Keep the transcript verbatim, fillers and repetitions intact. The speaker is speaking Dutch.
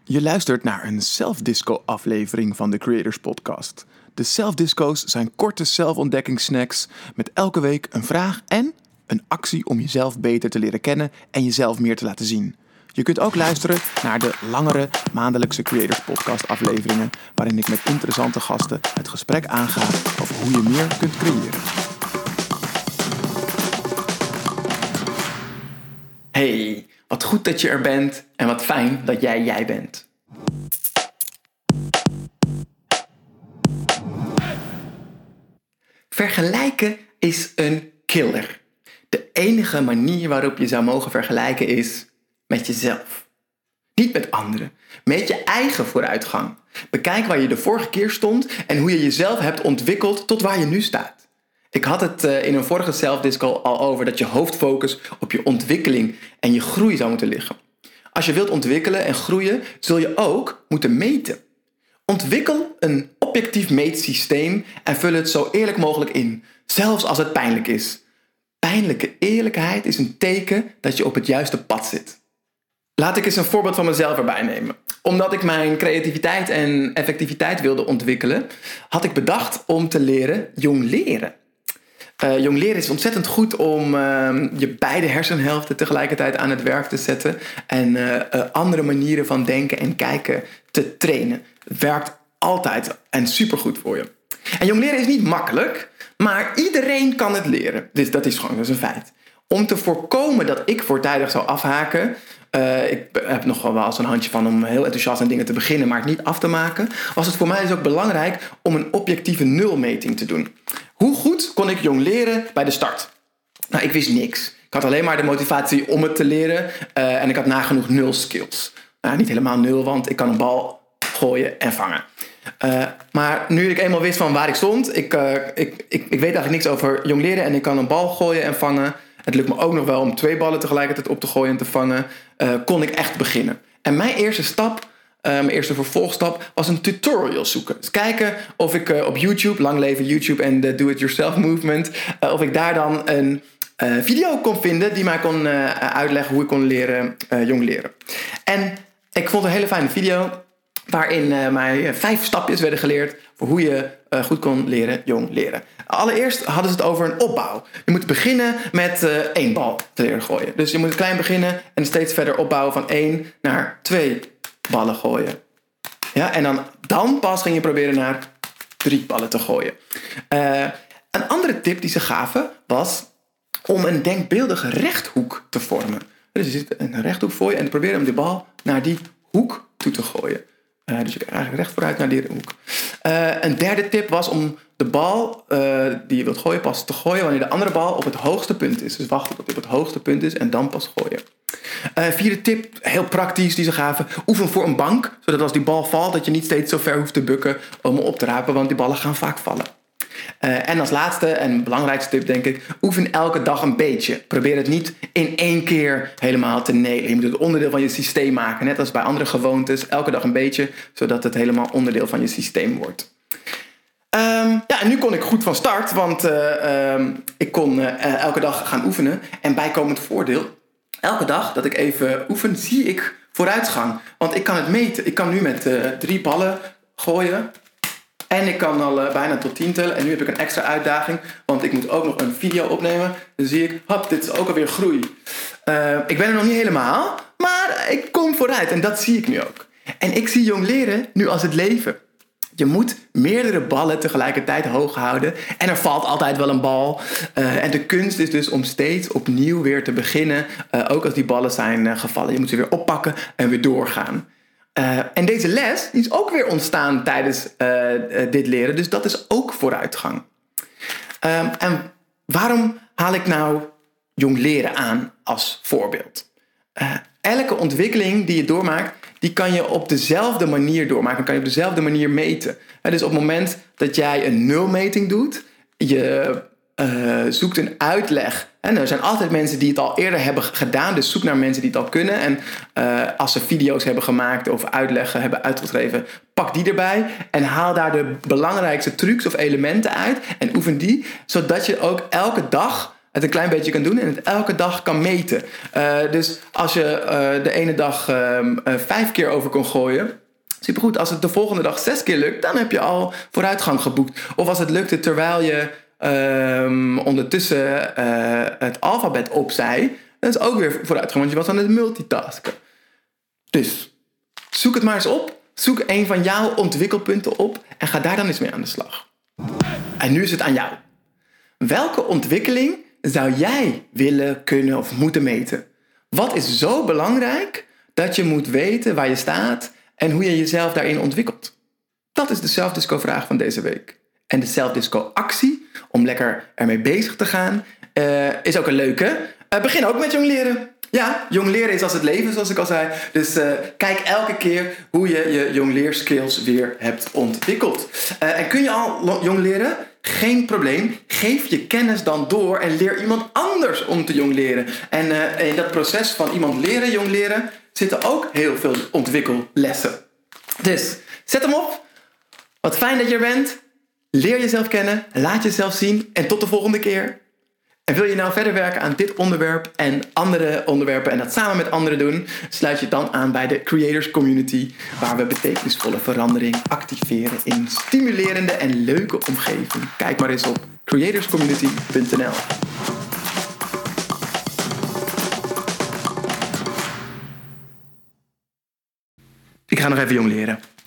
Je luistert naar een zelfdisco-aflevering van de Creators Podcast. De zelfdisco's zijn korte zelfontdekkingssnacks met elke week een vraag en een actie om jezelf beter te leren kennen en jezelf meer te laten zien. Je kunt ook luisteren naar de langere maandelijkse Creators Podcast afleveringen, waarin ik met interessante gasten het gesprek aanga over hoe je meer kunt creëren. Hey, wat goed dat je er bent en wat fijn dat jij jij bent. Vergelijken is een killer. De enige manier waarop je zou mogen vergelijken is met jezelf. Niet met anderen. Meet je eigen vooruitgang. Bekijk waar je de vorige keer stond en hoe je jezelf hebt ontwikkeld tot waar je nu staat. Ik had het in een vorige zelfdisco al over dat je hoofdfocus op je ontwikkeling en je groei zou moeten liggen. Als je wilt ontwikkelen en groeien, zul je ook moeten meten. Ontwikkel een objectief meetsysteem en vul het zo eerlijk mogelijk in, zelfs als het pijnlijk is. Pijnlijke eerlijkheid is een teken dat je op het juiste pad zit. Laat ik eens een voorbeeld van mezelf erbij nemen. Omdat ik mijn creativiteit en effectiviteit wilde ontwikkelen, had ik bedacht om te leren jong leren. Uh, jong leren is ontzettend goed om uh, je beide hersenhelften tegelijkertijd aan het werk te zetten en uh, uh, andere manieren van denken en kijken te trainen. Het werkt altijd en supergoed voor je. En jong leren is niet makkelijk, maar iedereen kan het leren. Dus dat is gewoon dat is een feit. Om te voorkomen dat ik voortijdig zou afhaken, uh, ik heb nog wel eens een handje van om heel enthousiast aan dingen te beginnen, maar het niet af te maken, was het voor mij dus ook belangrijk om een objectieve nulmeting te doen. Hoe goed kon ik jong leren bij de start? Nou, ik wist niks. Ik had alleen maar de motivatie om het te leren uh, en ik had nagenoeg nul skills. Nou, niet helemaal nul, want ik kan een bal gooien en vangen. Uh, maar nu ik eenmaal wist van waar ik stond, ik, uh, ik, ik, ik weet eigenlijk niks over jong leren en ik kan een bal gooien en vangen. Het lukt me ook nog wel om twee ballen tegelijkertijd op te gooien en te vangen. Uh, kon ik echt beginnen. En mijn eerste stap, uh, mijn eerste vervolgstap, was een tutorial zoeken. Dus kijken of ik uh, op YouTube, lang leven YouTube en de do-it-yourself movement, uh, of ik daar dan een uh, video kon vinden die mij kon uh, uitleggen hoe ik kon leren uh, jong leren. En ik vond een hele fijne video waarin uh, mij vijf stapjes werden geleerd voor hoe je uh, goed kon leren jong leren. Allereerst hadden ze het over een opbouw. Je moet beginnen met uh, één bal te leren gooien. Dus je moet klein beginnen en steeds verder opbouwen van één naar twee ballen gooien. Ja, en dan, dan pas ging je proberen naar drie ballen te gooien. Uh, een andere tip die ze gaven was om een denkbeeldige rechthoek te vormen. Dus je zit een rechthoek voor je en probeer om de bal naar die hoek toe te gooien. Uh, dus je kan eigenlijk recht vooruit naar die hoek. Uh, een derde tip was om de bal uh, die je wilt gooien pas te gooien wanneer de andere bal op het hoogste punt is. Dus wacht tot het op het hoogste punt is en dan pas gooien. Uh, vierde tip, heel praktisch die ze gaven. Oefen voor een bank, zodat als die bal valt dat je niet steeds zo ver hoeft te bukken om hem op te rapen, want die ballen gaan vaak vallen. Uh, en als laatste en belangrijkste tip denk ik, oefen elke dag een beetje. Probeer het niet in één keer helemaal te nelen. Je moet het onderdeel van je systeem maken, net als bij andere gewoontes. Elke dag een beetje, zodat het helemaal onderdeel van je systeem wordt. Um, ja, en nu kon ik goed van start, want uh, um, ik kon uh, elke dag gaan oefenen. En bijkomend voordeel, elke dag dat ik even oefen, zie ik vooruitgang. Want ik kan het meten. Ik kan nu met uh, drie ballen gooien. En ik kan al uh, bijna tot tien tellen. En nu heb ik een extra uitdaging. Want ik moet ook nog een video opnemen. Dan zie ik, hop, dit is ook alweer groei. Uh, ik ben er nog niet helemaal. Maar ik kom vooruit. En dat zie ik nu ook. En ik zie jong leren nu als het leven. Je moet meerdere ballen tegelijkertijd hoog houden. En er valt altijd wel een bal. Uh, en de kunst is dus om steeds opnieuw weer te beginnen. Uh, ook als die ballen zijn uh, gevallen. Je moet ze weer oppakken en weer doorgaan. Uh, en deze les die is ook weer ontstaan tijdens uh, uh, dit leren. Dus dat is ook vooruitgang. Um, en waarom haal ik nou jong leren aan als voorbeeld? Uh, elke ontwikkeling die je doormaakt, die kan je op dezelfde manier doormaken. Kan je op dezelfde manier meten. Uh, dus op het moment dat jij een nulmeting doet, je uh, zoekt een uitleg. En er zijn altijd mensen die het al eerder hebben gedaan. Dus zoek naar mensen die het al kunnen. En uh, als ze video's hebben gemaakt of uitleggen hebben uitgeschreven, pak die erbij. En haal daar de belangrijkste trucs of elementen uit. En oefen die. Zodat je ook elke dag het een klein beetje kan doen en het elke dag kan meten. Uh, dus als je uh, de ene dag uh, uh, vijf keer over kon gooien, supergoed. Als het de volgende dag zes keer lukt, dan heb je al vooruitgang geboekt. Of als het lukte terwijl je uh, ondertussen uh, het alfabet opzei, dan is ook weer vooruitgang, want je was aan het multitasken. Dus zoek het maar eens op. Zoek een van jouw ontwikkelpunten op en ga daar dan eens mee aan de slag. En nu is het aan jou. Welke ontwikkeling zou jij willen, kunnen of moeten meten? Wat is zo belangrijk dat je moet weten waar je staat en hoe je jezelf daarin ontwikkelt? Dat is de Self-Disco-vraag van deze week. En de Self-Disco-actie, om lekker ermee bezig te gaan, uh, is ook een leuke. Uh, begin ook met jongleren. Ja, jongleren is als het leven, zoals ik al zei. Dus uh, kijk elke keer hoe je je jongleerskills weer hebt ontwikkeld. Uh, en kun je al jongleren? Geen probleem. Geef je kennis dan door en leer iemand anders om te jongleren. En uh, in dat proces van iemand leren jongleren zitten ook heel veel ontwikkellessen. Dus zet hem op. Wat fijn dat je er bent. Leer jezelf kennen. Laat jezelf zien. En tot de volgende keer. En wil je nou verder werken aan dit onderwerp en andere onderwerpen en dat samen met anderen doen, sluit je dan aan bij de Creators Community, waar we betekenisvolle verandering activeren in een stimulerende en leuke omgeving. Kijk maar eens op creators community punt n l. Ik ga nog even jong leren.